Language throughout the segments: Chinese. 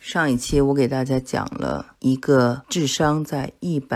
上一期我给大家讲了一个智商在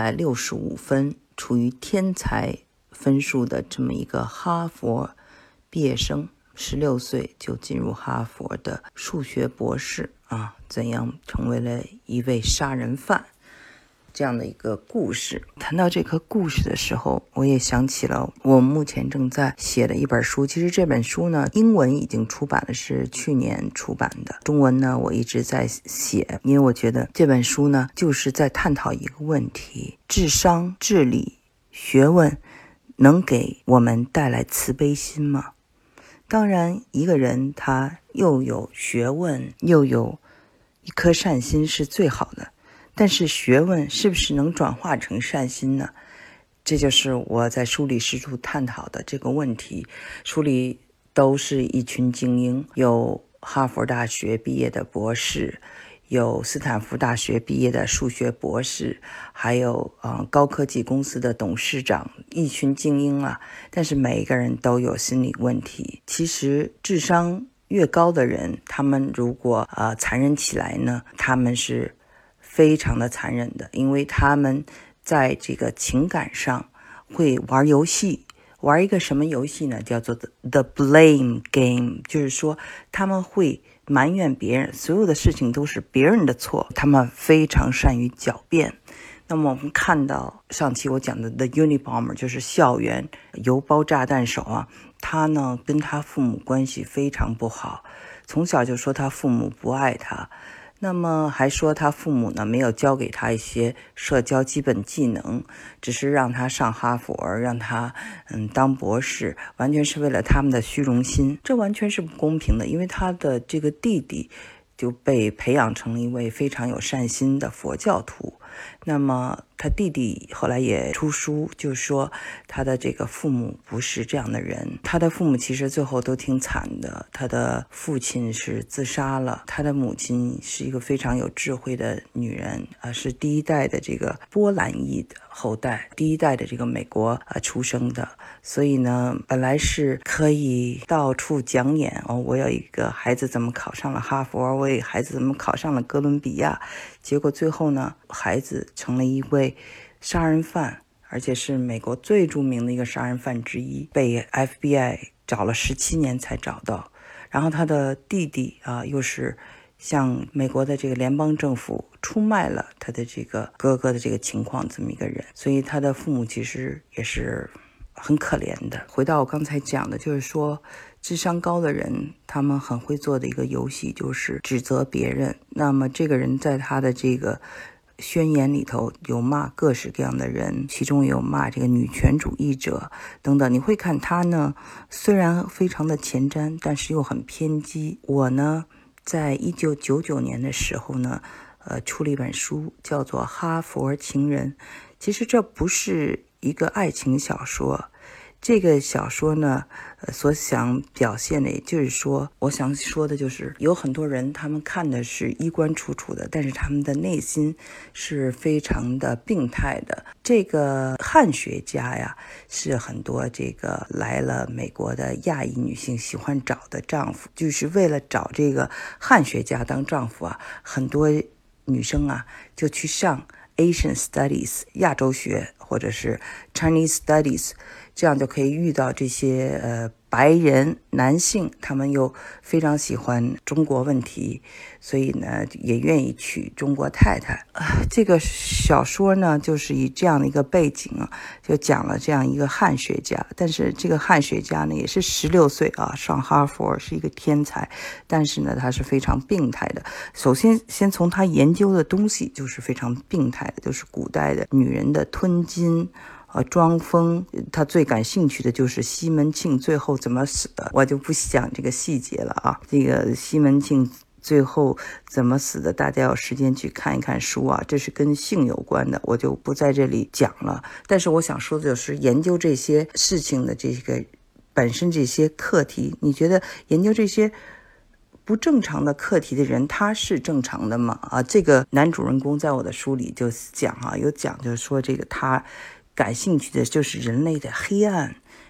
165分，处于天才分数的这么一个哈佛毕业生，16岁就进入哈佛的数学博士怎样成为了一位杀人犯，这样的一个故事。谈到这个故事的时候，我也想起了我目前正在写的一本书。其实这本书呢，英文已经出版了，是去年出版的。中文呢，我一直在写，因为我觉得这本书呢，就是在探讨一个问题：智商、智力、学问能给我们带来慈悲心吗？当然，一个人他又有学问，又有一颗善心是最好的。但是学问是不是能转化成善心呢？这就是我在书里试图探讨的这个问题。书里都是一群精英，有哈佛大学毕业的博士，有斯坦福大学毕业的数学博士，还有高科技公司的董事长，一群精英啊。但是每一个人都有心理问题。其实智商越高的人，他们如果残忍起来呢，他们是非常的残忍的，因为他们在这个情感上会玩游戏，玩一个什么游戏呢？叫做 The Blame Game， 就是说他们会埋怨别人，所有的事情都是别人的错，他们非常善于狡辩。那么我们看到上期我讲的 The Unabomber， 就是校园邮包炸弹手他呢跟他父母关系非常不好，从小就说他父母不爱他，那么还说他父母呢没有教给他一些社交基本技能，只是让他上哈佛，让他当博士，完全是为了他们的虚荣心。这完全是不公平的，因为他的这个弟弟就被培养成了一位非常有善心的佛教徒。那么他弟弟后来也出书，就说他的这个父母不是这样的人。他的父母其实最后都挺惨的，他的父亲是自杀了，他的母亲是一个非常有智慧的女人是第一代的这个波兰裔的后代，第一代的这个美国出生的。所以呢，本来是可以到处讲演我有一个孩子怎么考上了哈佛，我有一个孩子怎么考上了哥伦比亚，结果最后呢，孩子成了一位杀人犯，而且是美国最著名的一个杀人犯之一，被 FBI 找了17年才找到。然后他的弟弟又是向美国的这个联邦政府出卖了他的这个哥哥的这个情况，这么一个人。所以他的父母其实也是很可怜的。回到我刚才讲的，就是说智商高的人他们很会做的一个游戏，就是指责别人。那么这个人在他的这个宣言里头有骂各式各样的人，其中有骂这个女权主义者等等。你会看他呢，虽然非常的前瞻，但是又很偏激。我呢在1999年的时候呢出了一本书，叫做《哈佛情人》。其实这不是一个爱情小说，这个小说呢所想表现的，也就是说，我想说的就是有很多人他们看的是衣冠楚楚的，但是他们的内心是非常的病态的。这个汉学家呀，是很多这个来了美国的亚裔女性喜欢找的丈夫，就是为了找这个汉学家当丈夫很多女生就去上Asian Studies 亚洲学，或者是 Chinese Studies， 这样就可以遇到这些白人男性，他们又非常喜欢中国问题，所以呢也愿意娶中国太太。这个小说呢就是以这样的一个背景就讲了这样一个汉学家，但是这个汉学家呢也是16岁上哈佛，是一个天才，但是呢他是非常病态的。首先从他研究的东西就是非常病态的，就是古代的女人的吞金装疯。他最感兴趣的就是西门庆最后怎么死的，我就不讲这个细节了这个西门庆最后怎么死的，大家有时间去看一看书这是跟性有关的，我就不在这里讲了。但是我想说的就是研究这些事情的这个本身这些课题，你觉得研究这些不正常的课题的人他是正常的吗？这个男主人公在我的书里就讲有讲就是说这个他感兴趣的就是人类的黑暗，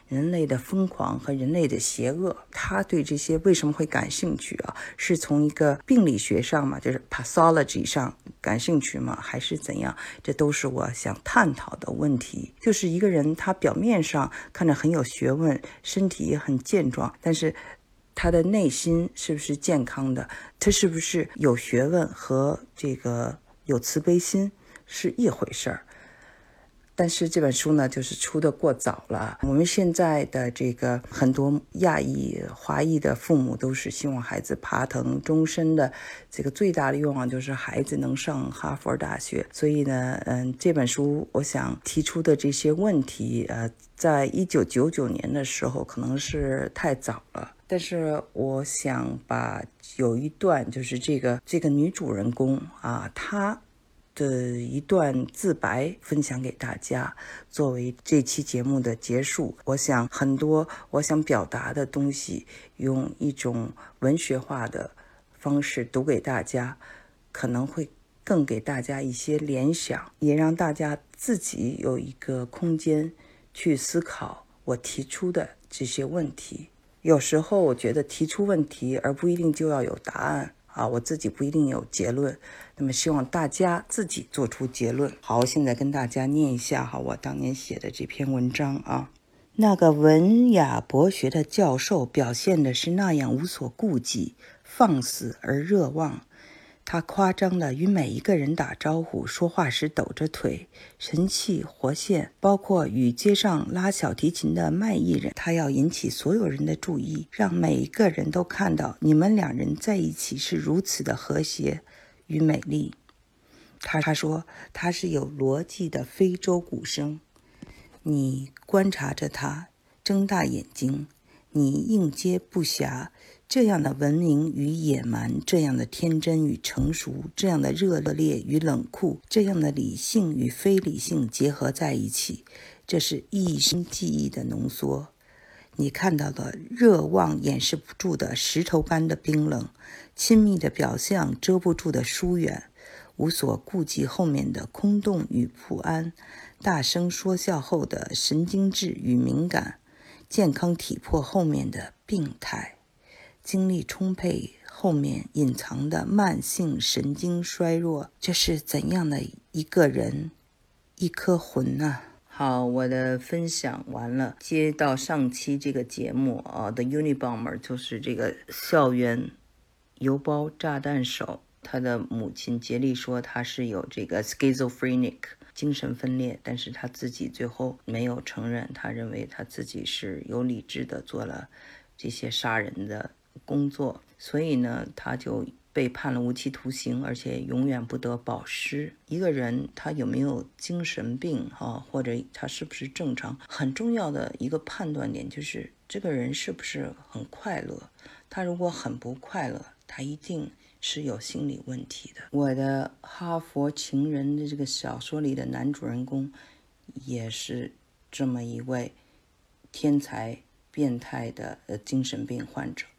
人类的疯狂和人类的邪恶。他对这些为什么会感兴趣啊？是从一个病理学上嘛，就是 pathology 上感兴趣吗？还是怎样？这都是我想探讨的问题。就是一个人他表面上看着很有学问，身体也很健壮，但是他的内心是不是健康的？他是不是有学问和这个有慈悲心是一回事儿。但是这本书呢，就是出得过早了。我们现在的这个很多亚裔、华裔的父母都是希望孩子爬藤终身的，这个最大的愿望就是孩子能上哈佛大学。所以呢，这本书我想提出的这些问题，在1999年的时候可能是太早了。但是我想把有一段就是这个女主人公啊，她的一段自白分享给大家，作为这期节目的结束。我想很多我想表达的东西，用一种文学化的方式读给大家，可能会更给大家一些联想，也让大家自己有一个空间去思考我提出的这些问题。有时候我觉得提出问题而不一定就要有答案啊，我自己不一定有结论，那么希望大家自己做出结论。好，现在跟大家念一下我当年写的这篇文章啊。那个文雅博学的教授表现的是那样无所顾忌，放肆而热望。他夸张地与每一个人打招呼，说话时抖着腿，神气活现，包括与街上拉小提琴的卖艺人。他要引起所有人的注意，让每一个人都看到你们两人在一起是如此的和谐与美丽。他说他是有逻辑的非洲鼓声。你观察着他，睁大眼睛，你应接不暇。这样的文明与野蛮，这样的天真与成熟，这样的热烈与冷酷，这样的理性与非理性结合在一起，这是一生记忆的浓缩。你看到了热望掩饰不住的石头般的冰冷，亲密的表象遮不住的疏远，无所顾忌后面的空洞与不安，大声说笑后的神经质与敏感，健康体魄后面的病态，精力充沛后面隐藏的慢性神经衰弱。这是怎样的一个人，一颗魂啊。好，我的分享完了。接到上期这个节目The Unabomber 就是这个校园邮包炸弹手，他的母亲杰利说他是有这个 schizophrenic 精神分裂，但是他自己最后没有承认，他认为他自己是有理智的做了这些杀人的工作，所以呢他就被判了无期徒刑，而且永远不得保释。一个人他有没有精神病或者他是不是正常，很重要的一个判断点就是这个人是不是很快乐。他如果很不快乐，他一定是有心理问题的。我的哈佛情人的这个小说里的男主人公也是这么一位天才变态的精神病患者。